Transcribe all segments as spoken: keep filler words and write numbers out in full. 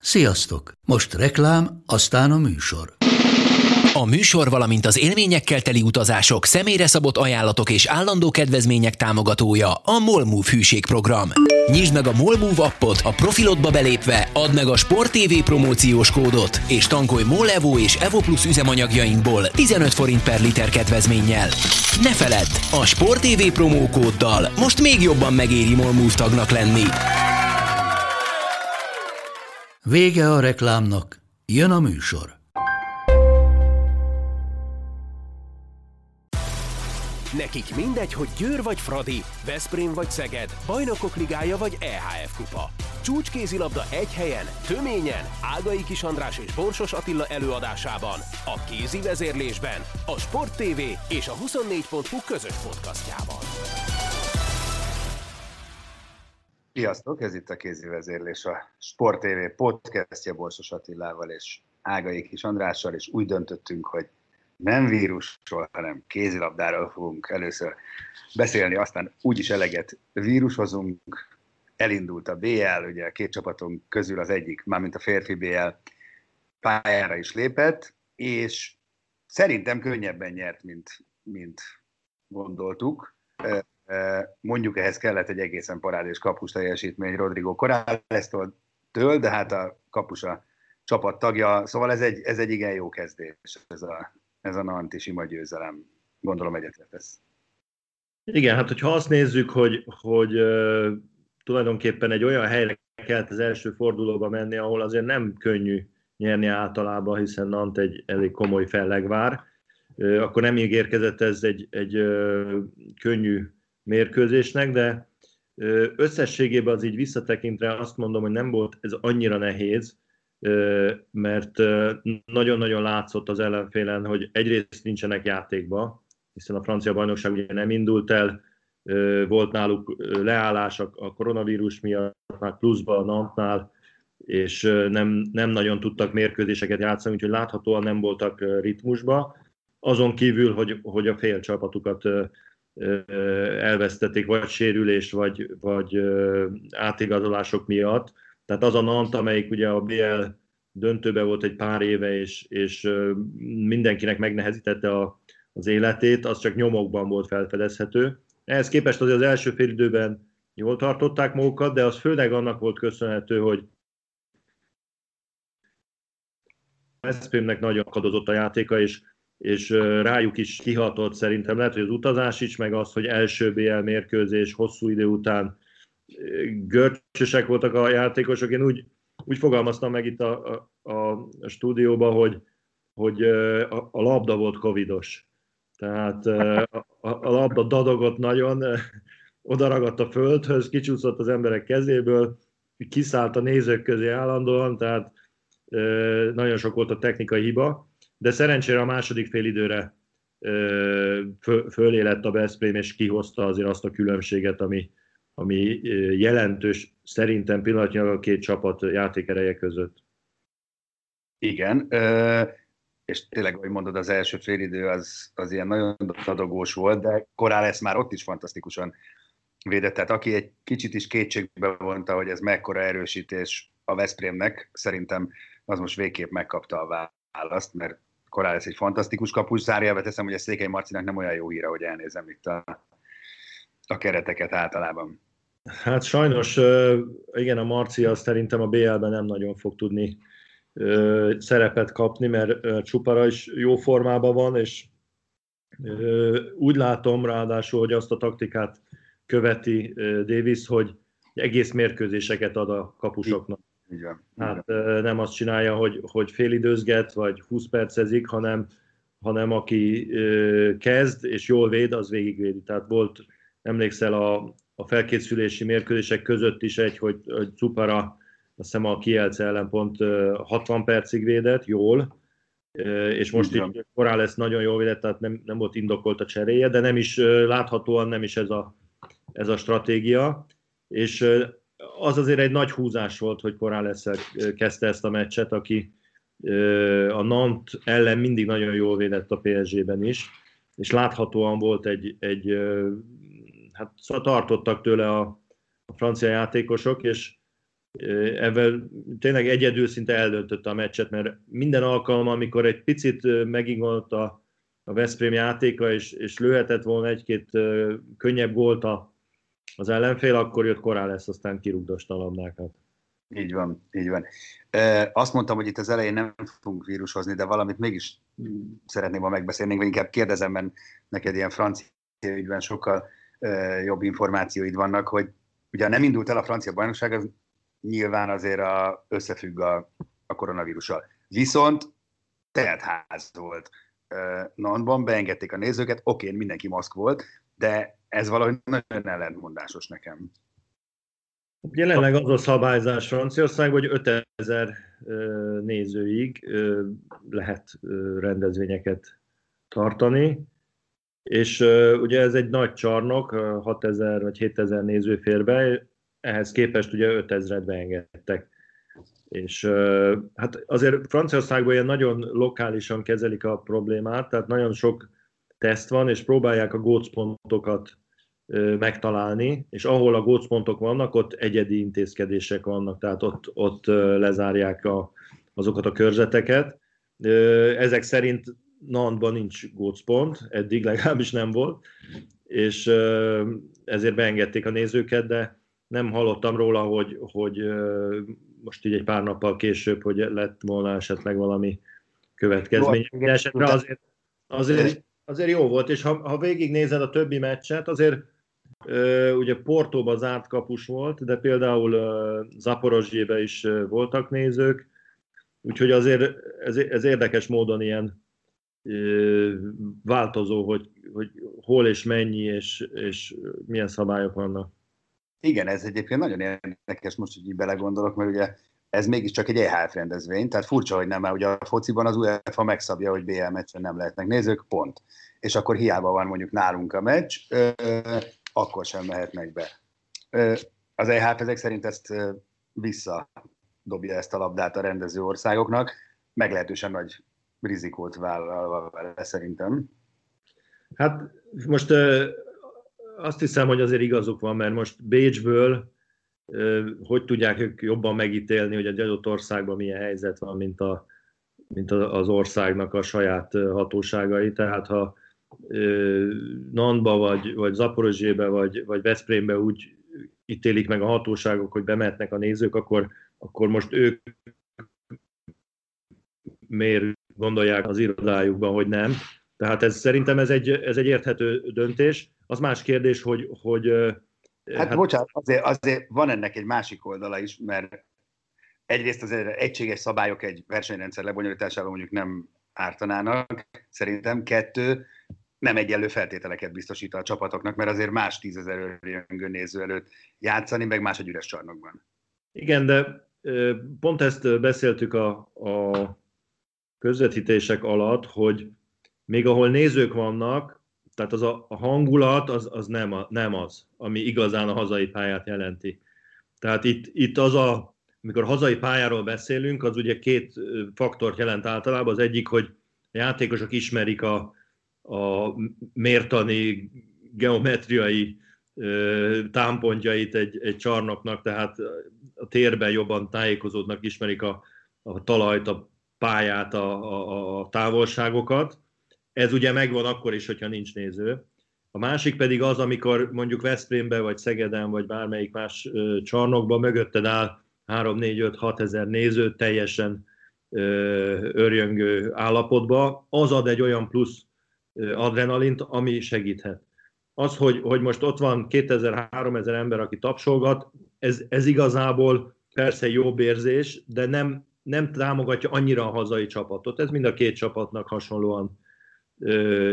Sziasztok! Most reklám, aztán a műsor. A műsor, valamint az élményekkel teli utazások, személyre szabott ajánlatok és állandó kedvezmények támogatója a MOLMOVE hűségprogram. Nyisd meg a MOLMOVE appot, a profilodba belépve add meg a Sport té vé promóciós kódot, és tankolj MOL Evo és Evo Plus üzemanyagjainkból tizenöt forint per liter kedvezménnyel. Ne feledd, a Sport té vé promókóddal most még jobban megéri MOLMOVE tagnak lenni. Vége a reklámnak, jön a műsor. Nekik mindegy, hogy Győr vagy Fradi, Veszprém vagy Szeged, Bajnokok Ligája vagy é há ef Kupa. Csúcskézilabda egy helyen, töményen, Ágai Kis András és Borsos Attila előadásában, a kézi vezérlésben, a Sport té vé és a huszonnégy pont hu közös podcastjában. Sziasztok, ez itt a kézi vezérlés, a Sport té vé podcastja Borsos Attilával és Ágai Kis Andrással, és úgy döntöttünk, hogy nem vírusról, hanem kézilabdáról fogunk először beszélni, aztán úgyis eleget vírusozunk. Elindult a bé el, ugye a két csapatunk közül az egyik, mármint a férfi bé el pályára is lépett, és szerintem könnyebben nyert, mint, mint gondoltuk. Mondjuk ehhez kellett egy egészen parádés kapus teljesítmény Rodrigo Corrales-től, de hát a kapus a csapat tagja, szóval ez egy, ez egy igen jó kezdés, ez a ez a Nanti sima győzelem. Gondolom egyetértesz. Igen, hát hogyha azt nézzük, hogy, hogy uh, tulajdonképpen egy olyan helyre kellett az első fordulóba menni, ahol azért nem könnyű nyerni általában, hiszen Nant egy elég komoly fellegvár, uh, akkor nem ígérkezett ez egy, egy uh, könnyű mérkőzésnek, de uh, összességében az így visszatekintve azt mondom, hogy nem volt ez annyira nehéz, mert nagyon-nagyon látszott az ellenfélen, hogy egyrészt nincsenek játékba, hiszen a francia bajnokság ugye nem indult el, volt náluk leállás a koronavírus miatt, már pluszban a Nantnál, és nem, nem nagyon tudtak mérkőzéseket játszani, úgyhogy láthatóan nem voltak ritmusba. Azon kívül, hogy, hogy a fél csapatukat elvesztették, vagy sérülés, vagy, vagy átigazolások miatt. Tehát az a Nantes, amelyik ugye a bé el döntőbe volt egy pár éve, és, és mindenkinek megnehezítette a, az életét, az csak nyomokban volt felfedezhető. Ehhez képest azért az első fél időben jól tartották magukat, de az főleg annak volt köszönhető, hogy Veszprémnek nagyon akadozott a játéka, és, és rájuk is kihatott szerintem. Lehet, hogy az utazás is, meg az, hogy első bé el mérkőzés hosszú idő után görcsösek voltak a játékosok. Én úgy, úgy fogalmaztam meg itt a, a, a stúdióban, hogy, hogy a, a labda volt covidos. Tehát a, a labda dadogott nagyon, odaragadt a földhöz, kicsúszott az emberek kezéből, kiszállt a nézők közé állandóan, tehát nagyon sok volt a technikai hiba, de szerencsére a második fél időre fölé lett a Veszprém, és kihozta azért azt a különbséget, ami ami jelentős szerintem pillanatnyilag a két csapat játékereje között. Igen, és tényleg, ahogy mondod, az első félidő az, az ilyen nagyon dadogós volt, de Corrales már ott is fantasztikusan védett. Tehát aki egy kicsit is kétségbe vonta, hogy ez mekkora erősítés a Veszprémnek, szerintem az most végképp megkapta a választ, mert Corrales egy fantasztikus kapus. Zárjelbe teszem, hogy a Székely Marcinak nem olyan jó híre, hogy elnézem itt a, a kereteket általában. Hát sajnos, igen, a Marci az szerintem a bé el-ben nem nagyon fog tudni szerepet kapni, mert Csupara is jó formában van, és úgy látom ráadásul, hogy azt a taktikát követi Davis, hogy egész mérkőzéseket ad a kapusoknak. Igen, hát igen. Nem azt csinálja, hogy, hogy félidőzget, vagy húsz percezik, hanem, hanem aki kezd és jól véd, az végigvédi. Tehát volt, emlékszel, a a felkészülési mérkőzések között is egy, hogy, hogy Cupara, azt hiszem a Kielce ellen pont hatvan percig védett, jól, és most így Corrales nagyon jól védett, tehát nem, nem volt indokolt a cseréje, de nem is, láthatóan nem is ez a, ez a stratégia, és az azért egy nagy húzás volt, hogy Corrales-szel kezdte ezt a meccset, aki a Nantes ellen mindig nagyon jól védett a pé es gé-ben is, és láthatóan volt egy, egy hát tartottak tőle a, a francia játékosok, és Ezzel tényleg egyedül szinte eldöntötte a meccset, mert minden alkalom, amikor egy picit megingott a, a Veszprém játéka, és, és lőhetett volna egy-két könnyebb gólt a, az ellenfél, akkor jött Corrales, aztán kirúgdosta a labdákat. Így van, így van. E, azt mondtam, hogy itt az elején nem fogunk vírushozni, de valamit mégis szeretném, ha megbeszélnénk, vagy inkább kérdezem, mert neked ilyen francia ügyben sokkal e, jobb információid vannak, hogy ugye nem indult el a francia bajnokság, az nyilván azért a, összefügg a, a koronavírussal. Viszont teltház volt e, Nantban, beengedték a nézőket, oké, mindenki maszk volt, de ez valahogy nagyon ellentmondásos nekem. Jelenleg az a szabályzás Franciaországban, hogy ötezer nézőig lehet rendezvényeket tartani, és ugye ez egy nagy csarnok, hatezer vagy hétezer néző fér be, ehhez képest ugye ötezret beengedtek. És hát azért Franciaországban ilyen nagyon lokálisan kezelik a problémát, tehát nagyon sok teszt van, és próbálják a gócpontokat megtalálni, és ahol a gócpontok vannak, ott egyedi intézkedések vannak, tehát ott, ott lezárják a, azokat a körzeteket. Ezek szerint Nantban nincs gócpont, eddig legalábbis nem volt, és ezért beengedték a nézőket, de nem hallottam róla, hogy, hogy most így egy pár nappal később, hogy lett volna esetleg valami következmény. De esetre azért, azért, azért jó volt, és ha, ha végignézed a többi meccset, azért Uh, ugye Portóban zárt kapus volt, de például uh, Zaporozsjébe is uh, voltak nézők, úgyhogy azért ez, ez érdekes módon ilyen uh, változó, hogy, hogy hol és mennyi, és, és milyen szabályok vannak. Igen, ez egyébként nagyon érdekes most, hogy így belegondolok, mert ugye ez mégiscsak egy E H F rendezvény, tehát furcsa, hogy nem, mert ugye a fociban az UEFA megszabja, hogy bé el meccsen nem lehetnek nézők, pont. És akkor hiába van mondjuk nálunk a meccs, uh, akkor sem mehetnek be. Az E H F ezek szerint ezt visszadobja ezt a labdát a rendező országoknak, meglehetősen nagy rizikót vállalva vele szerintem. Hát most azt hiszem, hogy azért igazuk van, mert most Bécsből hogy tudják ők jobban megítélni, hogy egy adott országban milyen helyzet van, mint, a, mint az országnak a saját hatóságai. Tehát ha Nantba, vagy, vagy Zaporozsjébe, vagy, vagy Veszprémbe úgy ítélik meg a hatóságok, hogy bemehetnek a nézők, akkor, akkor most ők miért gondolják az irodájukban, hogy nem. Tehát ez, szerintem ez egy, ez egy érthető döntés. Az más kérdés, hogy... hogy hát, hát bocsánat, azért, azért van ennek egy másik oldala is, mert egyrészt az egységes szabályok egy versenyrendszer lebonyolításában mondjuk nem ártanának, szerintem. Kettő, nem egyenlő feltételeket biztosít a csapatoknak, mert azért más tízezer örjöngő néző előtt játszani, meg más egy üres csarnokban. Igen, de pont ezt beszéltük a, a közvetítések alatt, hogy még ahol nézők vannak, tehát az a, a hangulat az, az nem, a, nem az, ami igazán a hazai pályát jelenti. Tehát itt, itt az a, amikor hazai pályáról beszélünk, az ugye két faktort jelent általában. Az egyik, hogy a játékosok ismerik a a mértani geometriai ö, támpontjait egy, egy csarnoknak, tehát a térben jobban tájékozódnak, ismerik a, a talajt, a pályát, a, a, a távolságokat. Ez ugye megvan akkor is, hogyha nincs néző. A másik pedig az, amikor mondjuk Veszprémben, vagy Szegeden, vagy bármelyik más ö, csarnokban mögötted áll három, négy, öt, hat ezer néző teljesen ö, örjöngő állapotba, az ad egy olyan plusz adrenalint, ami segíthet. Az, hogy, hogy most ott van kétezer-háromezer ember, aki tapsolgat, ez, ez igazából persze jobb érzés, de nem, nem támogatja annyira a hazai csapatot. Ez mind a két csapatnak hasonlóan ö,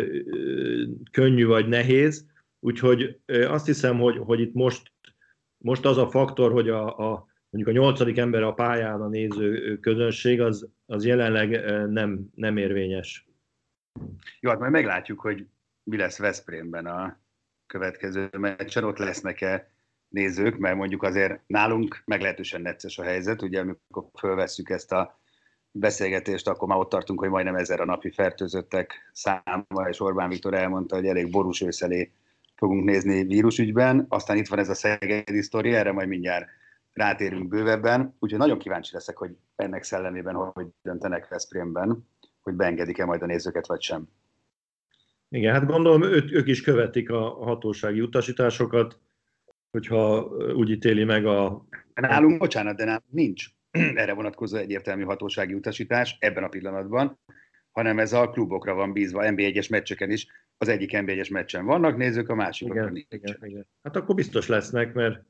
ö, könnyű vagy nehéz. Úgyhogy ö, azt hiszem, hogy, hogy itt most, most az a faktor, hogy a, a, mondjuk a nyolcadik ember a pályán a néző közönség, az, az jelenleg nem, nem érvényes. Jó, hát majd meglátjuk, hogy mi lesz Veszprémben a következő meccsen. Ott lesznek-e nézők, mert mondjuk azért nálunk meglehetősen necces a helyzet. Ugye amikor fölvesszük ezt a beszélgetést, akkor már ott tartunk, hogy majdnem ezer a napi fertőzöttek száma, és Orbán Viktor elmondta, hogy elég borús ősz elé fogunk nézni vírusügyben. Aztán itt van ez a szegedi sztori, erre majd mindjárt rátérünk bővebben, úgyhogy nagyon kíváncsi leszek, hogy ennek szellemében hogy döntenek Veszprémben, hogy beengedik-e majd a nézőket, vagy sem. Igen, hát gondolom ő, ők is követik a hatósági utasításokat, hogyha úgy ítéli meg a... Nálunk, bocsánat, de nálunk nincs erre vonatkozó egyértelmű hatósági utasítás ebben a pillanatban, hanem ez a klubokra van bízva, en bé egyes meccseken is. Az egyik en bé egyes meccsen vannak nézők, a másikokra igen, nincs. igen, igen. Hát akkor biztos lesznek, mert,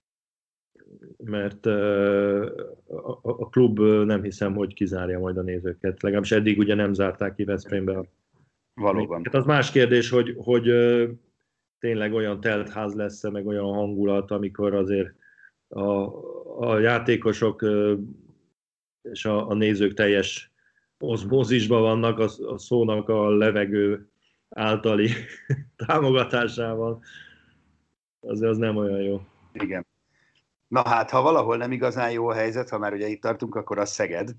mert uh, a, a klub nem hiszem, hogy kizárja majd a nézőket. Legalábbis eddig ugye nem zárták ki Veszprémbe a... Valóban. Hát az más kérdés, hogy, hogy uh, tényleg olyan teltház lesz, meg olyan hangulat, amikor azért a, a játékosok uh, és a, a nézők teljes oszmózisban vannak, a, a szónak a levegő általi támogatásával. Azért az nem olyan jó. Igen. Na hát, ha valahol nem igazán jó a helyzet, ha már ugye itt tartunk, akkor a Szeged,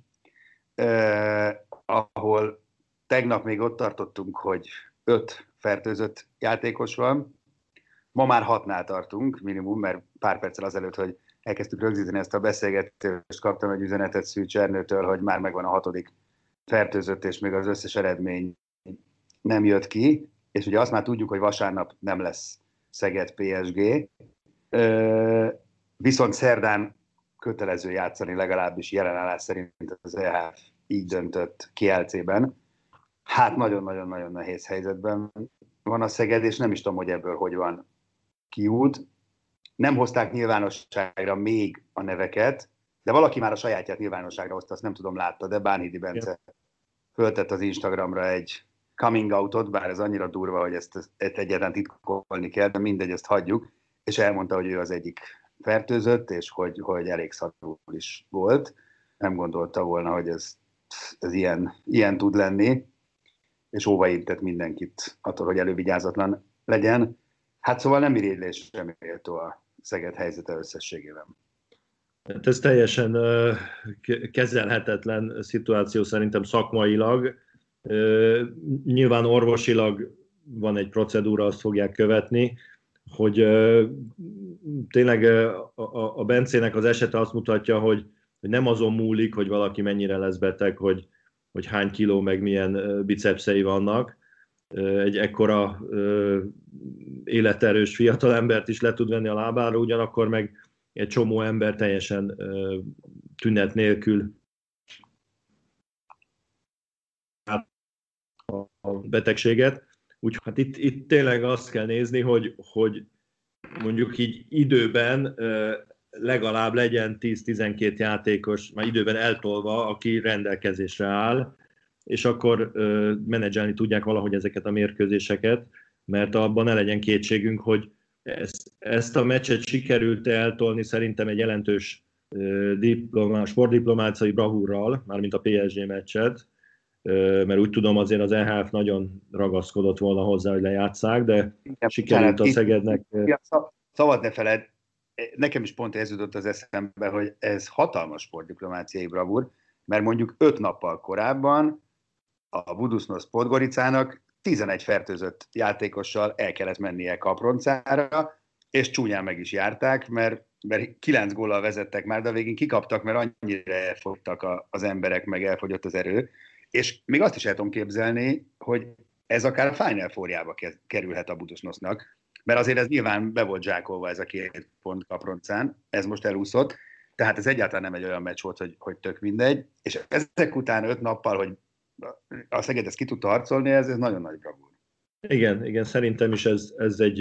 eh, ahol tegnap még ott tartottunk, hogy öt fertőzött játékos van. Ma már hatnál tartunk, minimum, mert pár perccel azelőtt, hogy elkezdtük rögzíteni ezt a beszélgetést, kaptam egy üzenetet Szűcs Ernőtől, hogy már megvan a hatodik fertőzött, és még az összes eredmény nem jött ki, és ugye azt már tudjuk, hogy vasárnap nem lesz Szeged pé es gé, viszont szerdán kötelező játszani, legalábbis jelenállás szerint az é há ef így döntött Kielcében. Hát nagyon-nagyon-nagyon nehéz helyzetben van a Szeged, és nem is tudom, hogy ebből hogy van kiút. Nem hozták nyilvánosságra még a neveket, de valaki már a sajátját nyilvánosságra hozta, azt nem tudom, látta, de Bánhidi Bence ja. föltett az Instagramra egy coming outot, bár ez annyira durva, hogy ezt, ezt egyáltalán titkolni kell, de mindegy, ezt hagyjuk, és elmondta, hogy ő az egyik fertőzött, és hogy, hogy elég szarul is volt. Nem gondolta volna, hogy ez, ez ilyen, ilyen tud lenni, és óvaintett mindenkit attól, hogy elővigyázatlan legyen. Hát szóval nem irigylésre méltó a Szeged helyzete összességében. Hát ez teljesen uh, kezelhetetlen szituáció szerintem szakmailag. Uh, nyilván orvosilag van egy procedúra, azt fogják követni, hogy uh, tényleg uh, a, a Bencének az esete azt mutatja, hogy, hogy nem azon múlik, hogy valaki mennyire lesz beteg, hogy, hogy hány kiló meg milyen uh, bicepszei vannak. Uh, egy ekkora uh, életerős fiatalembert is le tud venni a lábára, ugyanakkor meg egy csomó ember teljesen uh, tünet nélkül a betegséget. Úgyhogy hát itt, itt tényleg azt kell nézni, hogy, hogy mondjuk így időben uh, legalább legyen tíz-tizenkét játékos, már időben eltolva, aki rendelkezésre áll, és akkor uh, menedzselni tudják valahogy ezeket a mérkőzéseket, mert abban ne legyen kétségünk, hogy ezt, ezt a meccset sikerült eltolni szerintem egy jelentős uh, diplomá, sportdiplomáciai bravúrral, mármint a pé es gé meccset, uh, mert úgy tudom azért az é há ef nagyon ragaszkodott volna hozzá, hogy lejátsszák, de igen, sikerült a Szegednek... Ja, szabad ne feled, nekem is pont ez jutott az eszembe, hogy ez hatalmas sportdiplomáciai bravúr, mert mondjuk öt nappal korábban a Budusznos Podgoricának tizenegy fertőzött játékossal el kellett mennie Kaproncára, és csúnyán meg is járták, mert, mert kilenc góllal vezettek már, de a végén kikaptak, mert annyira elfogytak a, az emberek, meg elfogyott az erő. És még azt is el tudom képzelni, hogy ez akár a Final Four-jába kerülhet a Budusznosnak, mert azért ez nyilván be volt zsákolva ez a két pont Kaproncán, ez most elúszott, tehát ez egyáltalán nem egy olyan meccs volt, hogy, hogy tök mindegy, és ezek után öt nappal, hogy a Szeged ezt ki tudta harcolni, ez, ez nagyon nagy bravúr. Igen, igen, szerintem is ez, ez egy,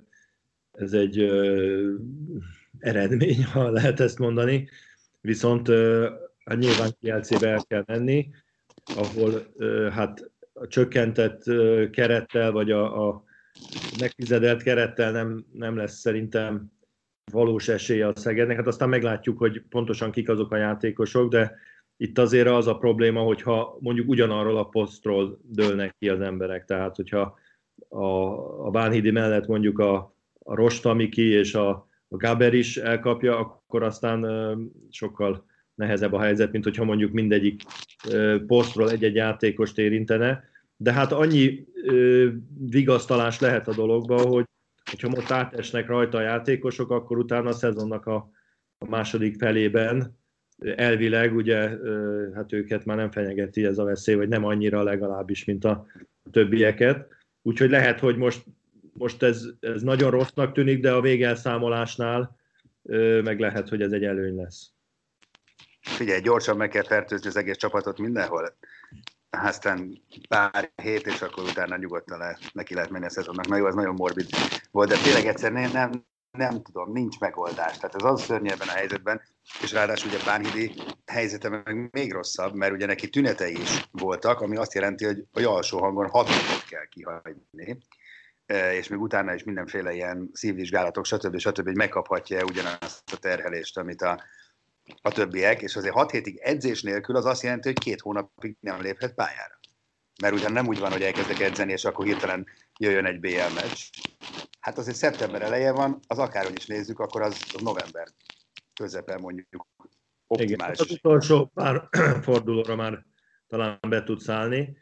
ez egy uh, eredmény, ha lehet ezt mondani, viszont uh, hát nyilván Kielcébe el kell menni, ahol uh, hát a csökkentett uh, kerettel, vagy a, a megtizedelt kerettel nem, nem lesz szerintem valós esélye a Szegednek. Hát aztán meglátjuk, hogy pontosan kik azok a játékosok, de itt azért az a probléma, hogyha mondjuk ugyanarról a posztról dőlnek ki az emberek. Tehát, hogyha a, a Bánhidi mellett mondjuk a, a Rostamiki és a, a Gaber is elkapja, akkor aztán uh, sokkal nehezebb a helyzet, mint hogyha mondjuk mindegyik uh, posztról egy-egy játékost érintene. De hát annyi uh, vigasztalás lehet a dologban, hogy hogyha most átesnek rajta a játékosok, akkor utána a szezonnak a a második felében. Elvileg ugye hát őket már nem fenyegeti ez a veszély, vagy nem annyira legalábbis, mint a többieket. Úgyhogy lehet, hogy most, most ez, ez nagyon rossznak tűnik, de a végelszámolásnál meg lehet, hogy ez egy előny lesz. Figyelj, gyorsan meg kell fertőzni az egész csapatot mindenhol. Aztán pár hét, és akkor utána nyugodtan le, neki lehet menni a szezonnak. Na jó, az nagyon morbid volt, de tényleg egyszer nem, nem, nem tudom, nincs megoldás. Tehát ez az szörnyű ebben a helyzetben, és ráadásul ugye Bánhidi helyzete meg még rosszabb, mert ugye neki tünetei is voltak, ami azt jelenti, hogy a alsó hangon hat napot kell kihagyni, és még utána is mindenféle ilyen szívvizsgálatok, stb. stb. Hogy megkaphatja ugyanazt a terhelést, amit a, a többiek, és azért hat hétig edzés nélkül az azt jelenti, hogy két hónapig nem léphet pályára. Mert ugyan nem úgy van, hogy elkezdek edzeni, és akkor hirtelen jöjjön egy bé el meccs. Hát azért szeptember eleje van, az akárhogy is nézzük, akkor az, az november közepen mondjuk optimális. Igen, az utolsó pár fordulóra már talán be tudsz állni.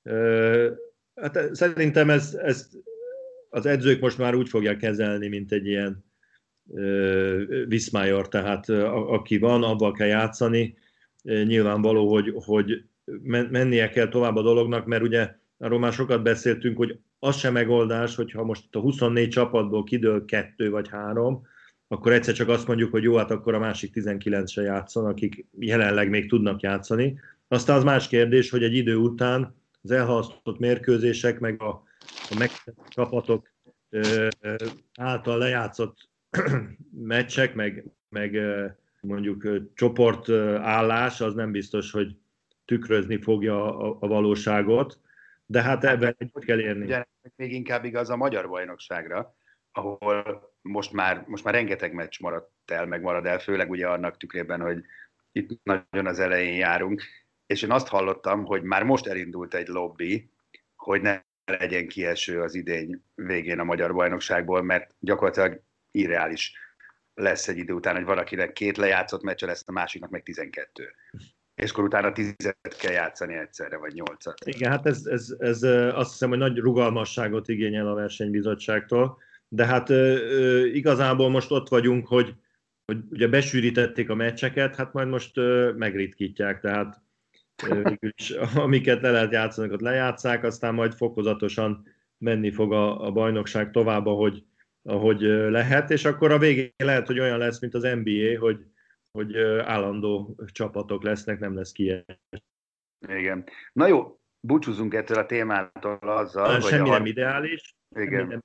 Hát szerintem ez, ez az edzők most már úgy fogják kezelni, mint egy ilyen Viszmájor, tehát a, aki van, abban kell játszani. Nyilvánvaló, hogy, hogy mennie kell tovább a dolognak, mert ugye arról már sokat beszéltünk, hogy az sem megoldás, hogyha most a huszonnégy csapatból kidől kettő vagy három, akkor egyszer csak azt mondjuk, hogy jó, hát akkor a másik tizenkilenc se játszon, akik jelenleg még tudnak játszani. Aztán az más kérdés, hogy egy idő után az elhalasztott mérkőzések, meg a, a megszületett csapatok ö, által lejátszott meccsek, meg, meg mondjuk csoportállás, az nem biztos, hogy tükrözni fogja a, a valóságot, de hát ebben együtt kell érni. Ugye még inkább igaz a magyar bajnokságra, ahol most már, most már rengeteg meccs maradt el, meg marad el, főleg ugye annak tükrében, hogy itt nagyon az elején járunk, és én azt hallottam, hogy már most elindult egy lobby, hogy ne legyen kieső az idény végén a magyar bajnokságból, mert gyakorlatilag irreális lesz egy idő után, hogy valakinek két lejátszott meccse lesz, a másiknak meg tizenkettő. És akkor utána tízet kell játszani egyszerre, vagy nyolcat. Igen, hát ez, ez, ez azt hiszem, hogy nagy rugalmasságot igényel a versenybizottságtól, de hát igazából most ott vagyunk, hogy, hogy ugye besűrítették a meccseket, hát majd most megritkítják, tehát végül is, amiket le lehet játszani, ott lejátszák, aztán majd fokozatosan menni fog a, a bajnokság tovább, ahogy, ahogy lehet, és akkor a végén lehet, hogy olyan lesz, mint az en bé á, hogy, hogy állandó csapatok lesznek, nem lesz kiesés. Igen. Na jó, búcsúzunk ettől a témától azzal, semmi hogy... Semmi a... nem ideális. Igen. Nem...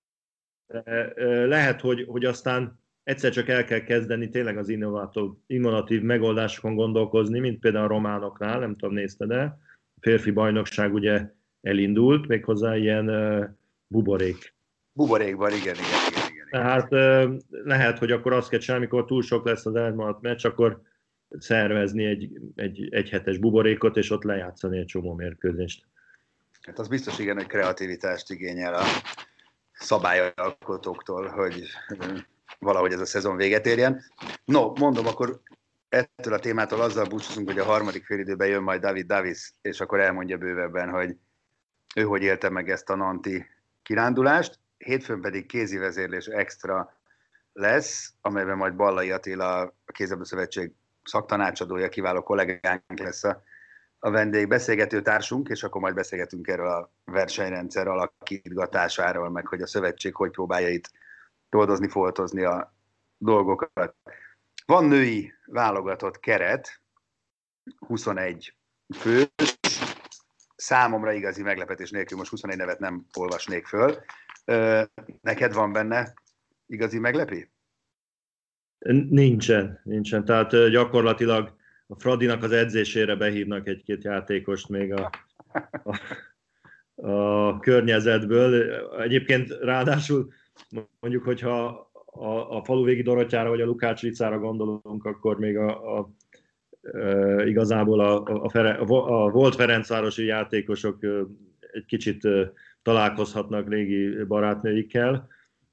Lehet, hogy, hogy aztán egyszer csak el kell kezdeni tényleg az innovatív megoldásokon gondolkozni, mint például a románoknál, nem tudom, nézted-e? A férfi bajnokság ugye elindult, méghozzá ilyen uh, buborék. Buborékban, igen, igen, igen, igen. Tehát uh, lehet, hogy akkor azt kell csinálni, amikor túl sok lesz az elmaradt meccs, akkor szervezni egy, egy, egy hetes buborékot, és ott lejátszani egy csomó mérkőzést. Hát az biztos igen, hogy kreativitást igényel a szabályalkotóktól, hogy valahogy ez a szezon véget érjen. No, mondom, akkor ettől a témától azzal búcsúzunk, hogy a harmadik félidőben jön majd David Davis, és akkor elmondja bővebben, hogy ő hogy élte meg ezt a nanti kirándulást. Hétfőn pedig kézi vezérlés extra lesz, amelyben majd Ballai Attila, a Kézilabda Szövetség szaktanácsadója, kiváló kollégánk lesz a, a vendég beszélgető társunk, és akkor majd beszélgetünk erről a versenyrendszer alakítgatásáról, meg hogy a szövetség hogy próbálja itt doldozni, foltozni a dolgokat. Van női válogatott keret, huszonegy fős, számomra igazi meglepetés nélkül, most huszonegy nevet nem olvasnék föl. Neked van benne igazi meglepi? Nincsen, nincsen. Tehát gyakorlatilag a Fradinak az edzésére behívnak egy-két játékost még a, a, a környezetből. Egyébként ráadásul mondjuk, hogyha a, a faluvégi Dorottyára vagy a Lukács Ricára gondolunk, akkor még a, a, e, igazából a, a, Fere, a volt ferencvárosi játékosok egy kicsit találkozhatnak régi barátnőikkel.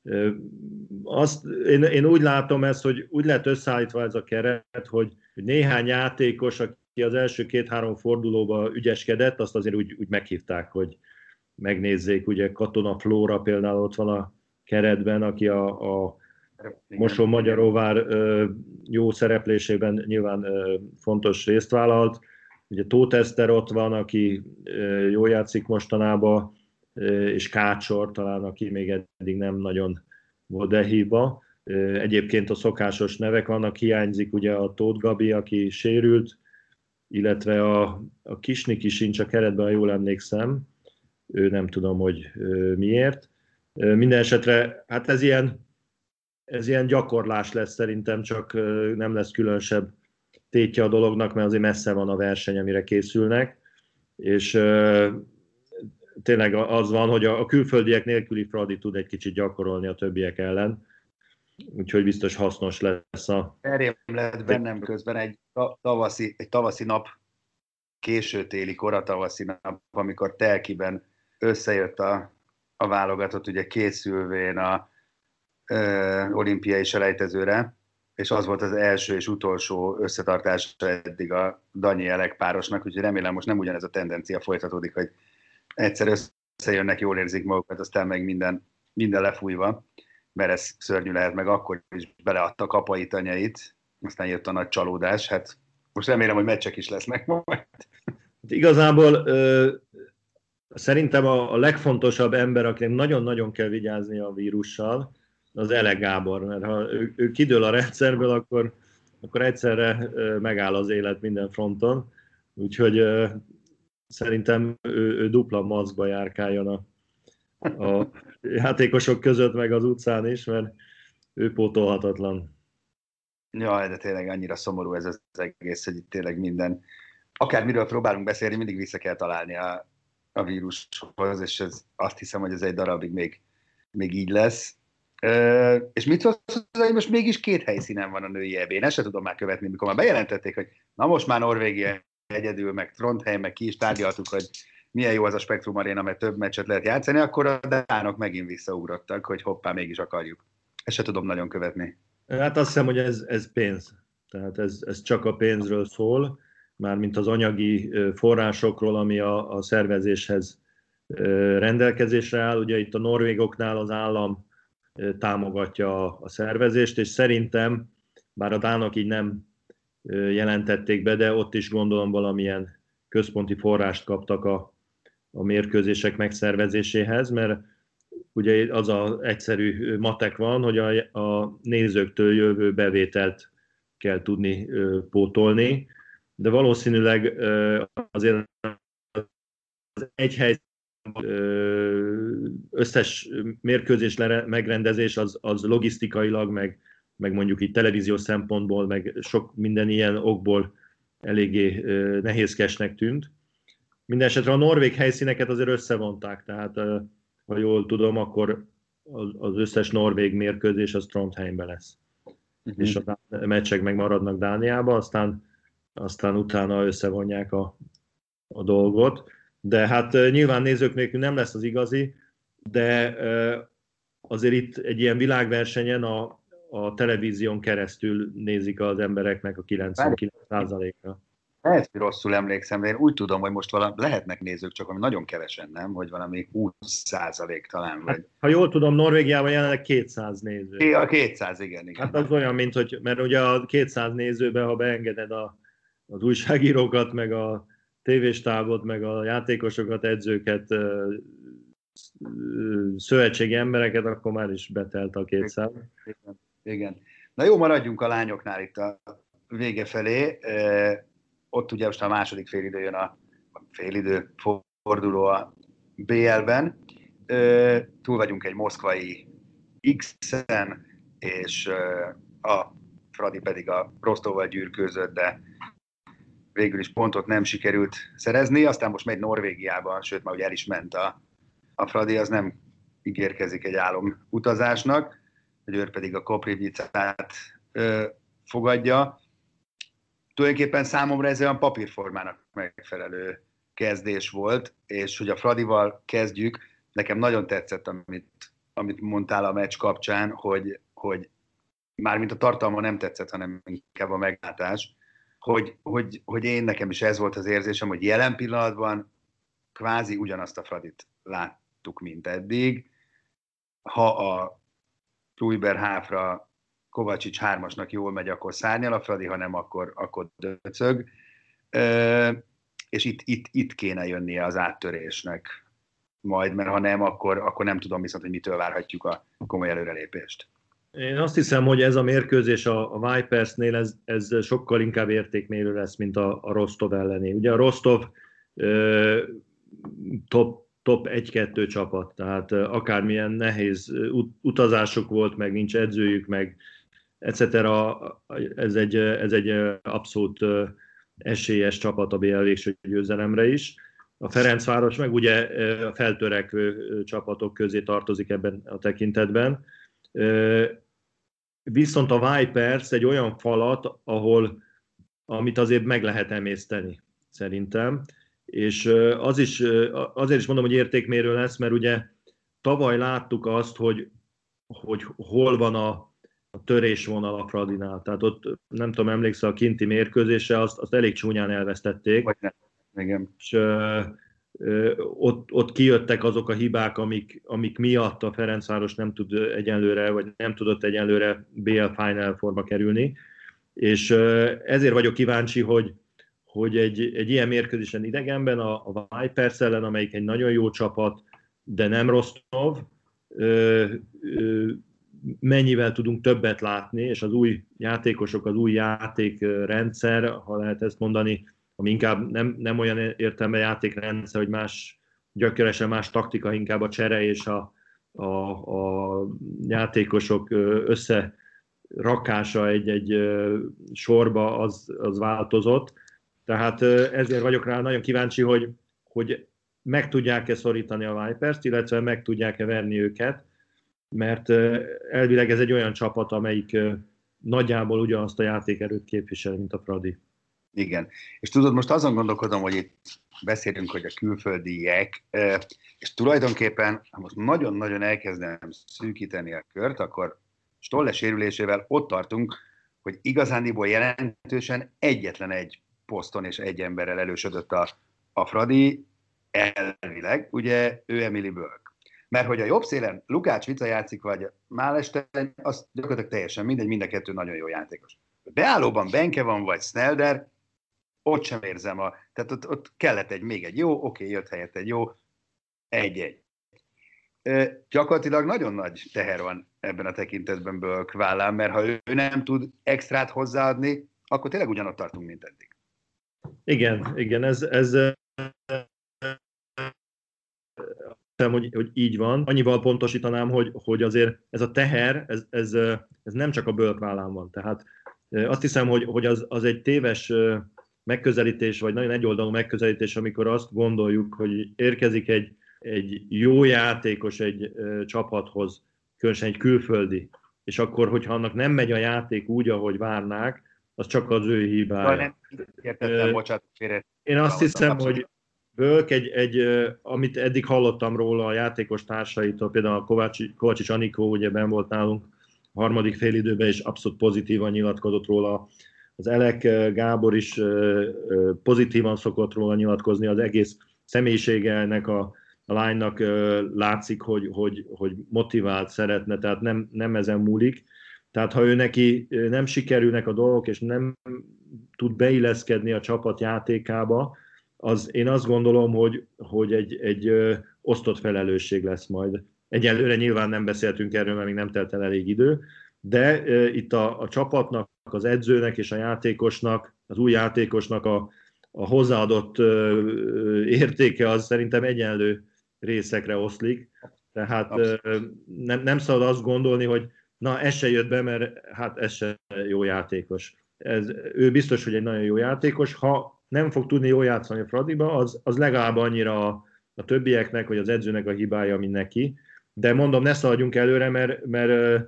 Azt, én, én úgy látom ezt, hogy úgy lett összeállítva ez a keret, hogy néhány játékos, aki az első két-három fordulóban ügyeskedett, azt azért úgy, úgy meghívták, hogy megnézzék. Ugye Katona Flóra például ott van a keretben, aki a, a Mosón-Magyaróvár jó szereplésében nyilván fontos részt vállalt. Ugye Tóth Eszter ott van, aki jól játszik mostanában, és Kácsor talán, aki még eddig nem nagyon volt elhívva. Egyébként a szokásos nevek vannak, hiányzik ugye a Tóth Gabi, aki sérült, illetve a, a Kisniki sincs a keretben, ha jól emlékszem. Ő nem tudom, hogy miért. Minden esetre, hát ez ilyen, ez ilyen gyakorlás lesz szerintem, csak nem lesz különösebb tétje a dolognak, mert azért messze van a verseny, amire készülnek, és tényleg az van, hogy a külföldiek nélküli Fradi tud egy kicsit gyakorolni a többiek ellen, úgyhogy biztos hasznos lesz a... Erém lett bennem közben egy tavaszi, egy tavaszi nap, késő téli, koratavaszi nap, amikor Telkiben összejött a, a válogatott, ugye készülvén a ö, olimpiai selejtezőre, és az volt az első és utolsó összetartás eddig a Danyi Elek párosnak, úgyhogy remélem most nem ugyanez a tendencia folytatódik, hogy egyszer összejönnek, jól érzik magukat, aztán meg minden, minden lefújva, mert ez szörnyű lehet, meg akkor is beleadta Kapai tanyait, aztán jött a nagy csalódás, hát most remélem, hogy meccsek is lesznek majd. Igazából ö, szerintem a, a legfontosabb ember, akinek nagyon-nagyon kell vigyázni a vírussal, az Elek Gábor, mert ha ő, ő kidől a rendszerből, akkor, akkor egyszerre ö, megáll az élet minden fronton, úgyhogy ö, szerintem ő, ő dupla maszkba járkáljon a, a játékosok között, meg az utcán is, mert ő pótolhatatlan. Jaj, de tényleg annyira szomorú ez az egész, hogy itt tényleg minden, akármiről próbálunk beszélni, mindig vissza kell találni a, a vírushoz, és ez, azt hiszem, hogy ez egy darabig még, még így lesz. Ö, és mit szólsz, hogy most mégis két helyszínen van a női é bén? Ezt se tudom már követni, mikor már bejelentették, hogy na most már Norvégia egyedül, meg Trondheim, meg ki is tárgyaltuk, hogy milyen jó az a Spektrum Arena, mert több meccset lehet játszani, akkor a dánok megint visszaugrottak, hogy hoppá, mégis akarjuk. Ezt se tudom nagyon követni. Hát azt hiszem, hogy ez, ez pénz. Tehát ez, ez csak a pénzről szól, mármint az anyagi forrásokról, ami a, a szervezéshez rendelkezésre áll. Ugye itt a norvégoknál az állam támogatja a szervezést, és szerintem, bár a dánok így nem jelentették be, de ott is gondolom valamilyen központi forrást kaptak a, a mérkőzések megszervezéséhez, mert ugye az az egyszerű matek van, hogy a, a nézőktől jövő bevételt kell tudni ö, pótolni, de valószínűleg ö, azért az egy hely összes mérkőzés megrendezés az, az logisztikailag, meg, meg mondjuk így televíziós szempontból, meg sok minden ilyen okból eléggé nehézkesnek tűnt. Mindenesetre a norvég helyszíneket azért összevonták, tehát ha jól tudom, akkor az összes norvég mérkőzés az Trondheimben lesz. Uh-huh. És a meccsek meg maradnak Dániába, aztán, aztán utána összevonják a, a dolgot. De hát nyilván nézők nélkül nem lesz az igazi, de azért itt egy ilyen világversenyen a, a televízión keresztül nézik az embereknek a kilencvenkilenc százaléka. Lehet, hogy rosszul emlékszem, de én úgy tudom, hogy most valami, lehetnek nézők, csak ami nagyon kevesen, nem? Hogy valami húsz százalék talán. Vagy... Hát, ha jól tudom, Norvégiában jelenleg kétszáz néző. É, a kétszáz, igen, igen. Hát az olyan, mint hogy, mert ugye a kétszáz nézőben, ha beengeded a, az újságírókat, meg a tévéstábot, meg a játékosokat, edzőket, szövetségi embereket, akkor már is betelt a kétszáz. Igen, igen. Na jó, maradjunk a lányoknál itt a vége felé. Ott ugye most a második félidő jön a, a félidő forduló a bé el-ben. Túl vagyunk egy moszkvai X-en, és a Fradi pedig a Rostovval gyűrkőzött, de végül is pontot nem sikerült szerezni. Aztán most megy Norvégiába, sőt már ugye el is ment a, a Fradi, az nem ígérkezik egy álom utazásnak, hogy ő pedig a Koprivnicát fogadja. Tulajdonképpen számomra ez olyan papírformának megfelelő kezdés volt, és hogy a Fradival kezdjük, nekem nagyon tetszett, amit, amit mondtál a meccs kapcsán, hogy, hogy mármint a tartalma nem tetszett, hanem inkább a meglátás, hogy, hogy, hogy én nekem is ez volt az érzésem, hogy jelen pillanatban kvázi ugyanazt a Fradit láttuk, mint eddig. Ha a Kluiber Háfra Kovácsics hármasnak jól megy, akkor szárnyal a Fradi, ha nem, akkor, akkor döcög. Ö, és itt, itt, itt kéne jönnie az áttörésnek majd, mert ha nem, akkor, akkor nem tudom viszont, hogy mitől várhatjuk a komoly előrelépést. Én azt hiszem, hogy ez a mérkőzés a, a Vipersnél ez, ez sokkal inkább értékmérő lesz, mint a, a Rostov elleni. Ugye a Rostov ö, top, top egy-kettő csapat, tehát akármilyen nehéz ut- utazások volt, meg nincs edzőjük, meg et cetera. Ez egy, ez egy abszolút esélyes csapat a bé el végső győzelemre is. A Ferencváros meg ugye a feltörekvő csapatok közé tartozik ebben a tekintetben. Viszont a Vipers egy olyan falat, ahol, amit azért meg lehet emészteni, szerintem. És az is, azért is mondom, hogy értékmérő lesz, mert ugye tavaly láttuk azt, hogy, hogy hol van a, a törésvonal a Fradinál. Tehát ott, nem tudom, emlékszel a kinti mérkőzésre, azt, azt elég csúnyán elvesztették. Vagy nem. Igen. És ö, ö, ott, ott kijöttek azok a hibák, amik, amik miatt a Ferencváros nem tud egyenlőre, vagy nem tudott egyenlőre bé el Final Fourba kerülni. És ö, ezért vagyok kíváncsi, hogy hogy egy, egy ilyen mérkőzésen idegenben a, a Vipers ellen, amelyik egy nagyon jó csapat, de nem Rostov, ö, ö, mennyivel tudunk többet látni, és az új játékosok, az új játékrendszer, ha lehet ezt mondani, ami inkább nem, nem olyan értelme játékrendszer, hogy más, gyökeresen más taktika, inkább a csere és a, a, a játékosok összerakása egy-egy sorba az, az változott. Tehát ezért vagyok rá nagyon kíváncsi, hogy, hogy meg tudják-e szorítani a Vipers-t, illetve meg tudják-e verni őket, mert elvileg ez egy olyan csapat, amelyik nagyjából ugyanazt a játékerőt képvisel, mint a Fradi. Igen. És tudod, most azon gondolkodom, hogy itt beszélünk, hogy a külföldiek, és tulajdonképpen, ha most nagyon-nagyon elkezdenem szűkíteni a kört, akkor Stolle sérülésével ott tartunk, hogy igazándiból jelentősen egyetlen egy poszton és egy emberrel elősödött a, a Fradi, elvileg, ugye ő Emily Bölk. Mert hogy a jobb szélen Lukács Vica játszik, vagy Málestein, az gyakorlatilag teljesen mindegy, mind a kettő nagyon jó játékos. Beállóban Benke van, vagy Snelder, ott sem érzem a... Tehát ott, ott kellett egy még egy jó, oké, jött helyett egy jó, egy-egy. E, gyakorlatilag nagyon nagy teher van ebben a tekintetben Bölk vállán, mert ha ő nem tud extrát hozzáadni, akkor tényleg ugyanott tartunk, mint eddig. Igen, igen, ez, ez hogy, hogy így van. Annyival pontosítanám, hogy, hogy azért ez a teher, ez, ez, ez nem csak a Bölk vállán van. Tehát azt hiszem, hogy, hogy az, az egy téves megközelítés, vagy nagyon egyoldalú megközelítés, amikor azt gondoljuk, hogy érkezik egy, egy jó játékos egy csapathoz, különösen egy külföldi, és akkor, hogyha annak nem megy a játék úgy, ahogy várnák, az csak az ő hibája. Nem értettem, bocsánat, félre. Én azt hiszem, hogy Bölk egy, egy, amit eddig hallottam róla a játékos társaitól, például a Kovácsics, Kovácsics Anikó ugye benn volt nálunk a harmadik félidőben, és abszolút pozitívan nyilatkozott róla. Az Elek Gábor is pozitívan szokott róla nyilatkozni, az egész személyisége ennek a, a lánynak látszik, hogy, hogy, hogy motivált, szeretne, tehát nem, nem ezen múlik. Tehát ha ő neki nem sikerülnek a dolgok, és nem tud beilleszkedni a csapat játékába, az én azt gondolom, hogy, hogy egy, egy ö, osztott felelősség lesz majd. Egyelőre nyilván nem beszéltünk erről, mert még nem telt el elég idő, de ö, itt a, a csapatnak, az edzőnek és a játékosnak, az új játékosnak a, a hozzáadott ö, értéke az szerintem egyenlő részekre oszlik. Tehát ö, nem, nem szabad azt gondolni, hogy na, ez se jött be, mert hát ez se jó játékos. Ez, ő biztos, hogy egy nagyon jó játékos. Ha nem fog tudni jól játszani a Fradiba, az, az legalább annyira a, a többieknek, vagy az edzőnek a hibája, mint neki. De mondom, ne szaladjunk előre, mert, mert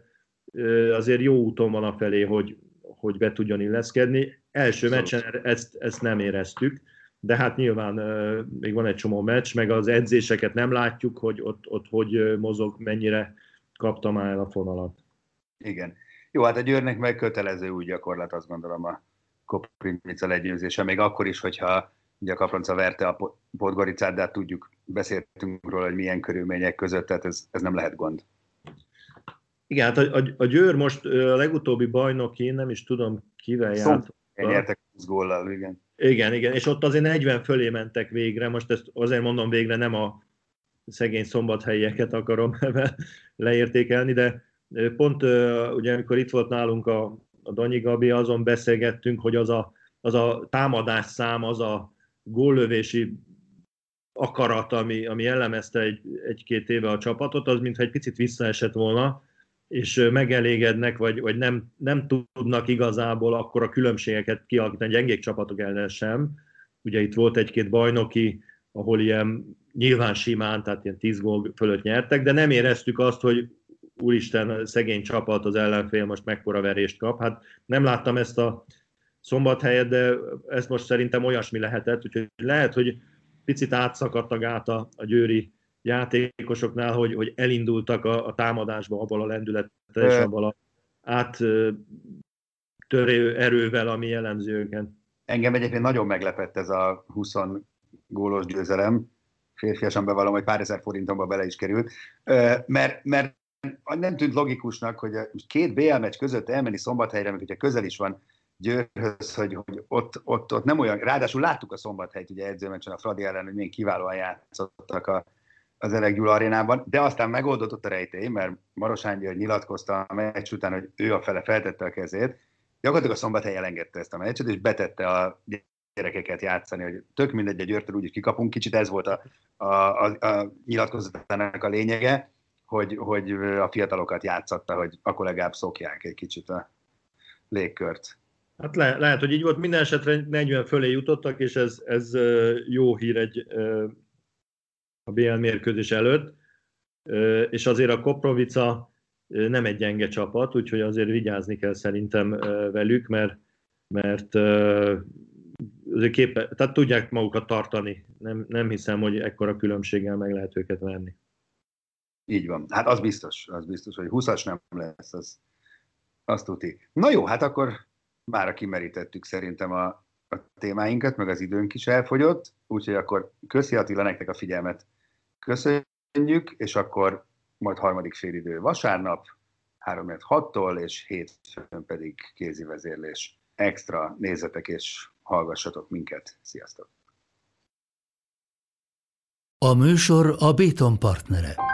azért jó úton van afelé, hogy, hogy be tudjon illeszkedni. Első szóval meccsen ezt, ezt nem éreztük, de hát nyilván még van egy csomó meccs, meg az edzéseket nem látjuk, hogy ott, ott hogy mozog, mennyire kapta már el a fonalat. Igen. Jó, hát a Győrnek meg kötelező új gyakorlat, azt gondolom, a Koprivnica legyőzése, még akkor is, hogyha ugye a Kapranca verte a Podgoricát, de hát tudjuk, beszéltünk róla, hogy milyen körülmények között, tehát ez, ez nem lehet gond. Igen, hát a, a, a Győr most a legutóbbi bajnoki, nem is tudom kivel játszott. Nyertek húsz góllal, igen. Igen, igen, és ott azért negyven fölé mentek végre, most ezt azért mondom végre, nem a szegény szombathelyieket akarom leértékelni, de pont ugye amikor itt volt nálunk a, a Danyi Gabi, azon beszélgettünk, hogy az a, az a támadás szám, az a góllövési akarat, ami, ami jellemezte egy, egy-két éve a csapatot, az mintha egy picit visszaesett volna, és megelégednek, vagy, vagy nem, nem tudnak igazából akkor a különbségeket kialakítani gyengék csapatok ellen sem. Ugye itt volt egy-két bajnoki, ahol ilyen nyilván simán, tehát ilyen tíz gól fölött nyertek, de nem éreztük azt, hogy úristen, szegény csapat, az ellenfél most mekkora verést kap. Hát nem láttam ezt a Szombathelyet, de ez most szerintem olyasmi lehetett, úgyhogy lehet, hogy picit átszakadt a gát a, a győri játékosoknál, hogy, hogy elindultak a, a támadásba abban a lendülettel és abban a áttörő erővel, ami jellemző őket. Engem egyébként nagyon meglepett ez a húsz gólos győzelem. Férfiasan bevallom, hogy pár ezer forintomba bele is került. Mert, mert nem tűnt logikusnak, hogy a két bé el meccs között elmenni Szombathelyre, amikor ugye közel is van Győrhöz, hogy, hogy ott, ott, ott nem olyan, ráadásul láttuk a Szombathelyt ugye edzőmeccsen a Fradi ellen, hogy milyen kiválóan játszottak a, az Elek Gyula arénában, de aztán megoldott ott a rejtély, mert Marosán György nyilatkozta a meccs után, hogy ő a fele feltette a kezét, gyakorlatilag a Szombathely elengedte ezt a meccset, és betette a gyerekeket játszani, hogy tök mindegy, egy Győrtől úgyis kikapunk, kicsit ez volt a, a, a, a nyilatkozatának a lényege, hogy, hogy a fiatalokat játszatta, hogy akkor legalább szokják egy kicsit a légkört. Hát le, lehet, hogy így volt, minden esetre negyven fölé jutottak, és ez, ez jó hír egy a bé el mérkőzés előtt, és azért a Koprovica nem egy gyenge csapat, úgyhogy azért vigyázni kell szerintem velük, mert, mert azért képe, tehát tudják magukat tartani. Nem, nem hiszem, hogy ekkora különbséggel meg lehet őket venni. Így van. Hát az biztos, az biztos, hogy húszas nem lesz, az, az tuti. Na jó, hát akkor mára kimerítettük szerintem a, a témáinkat, meg az időnk is elfogyott, úgyhogy akkor köszi Attila nektek a figyelmet. Köszönjük, és akkor majd harmadik félidő vasárnap, három hattól, és hétfőn pedig kézi vezérlés extra. Nézzetek és hallgassatok minket. Sziasztok! A műsor a Béton partnere.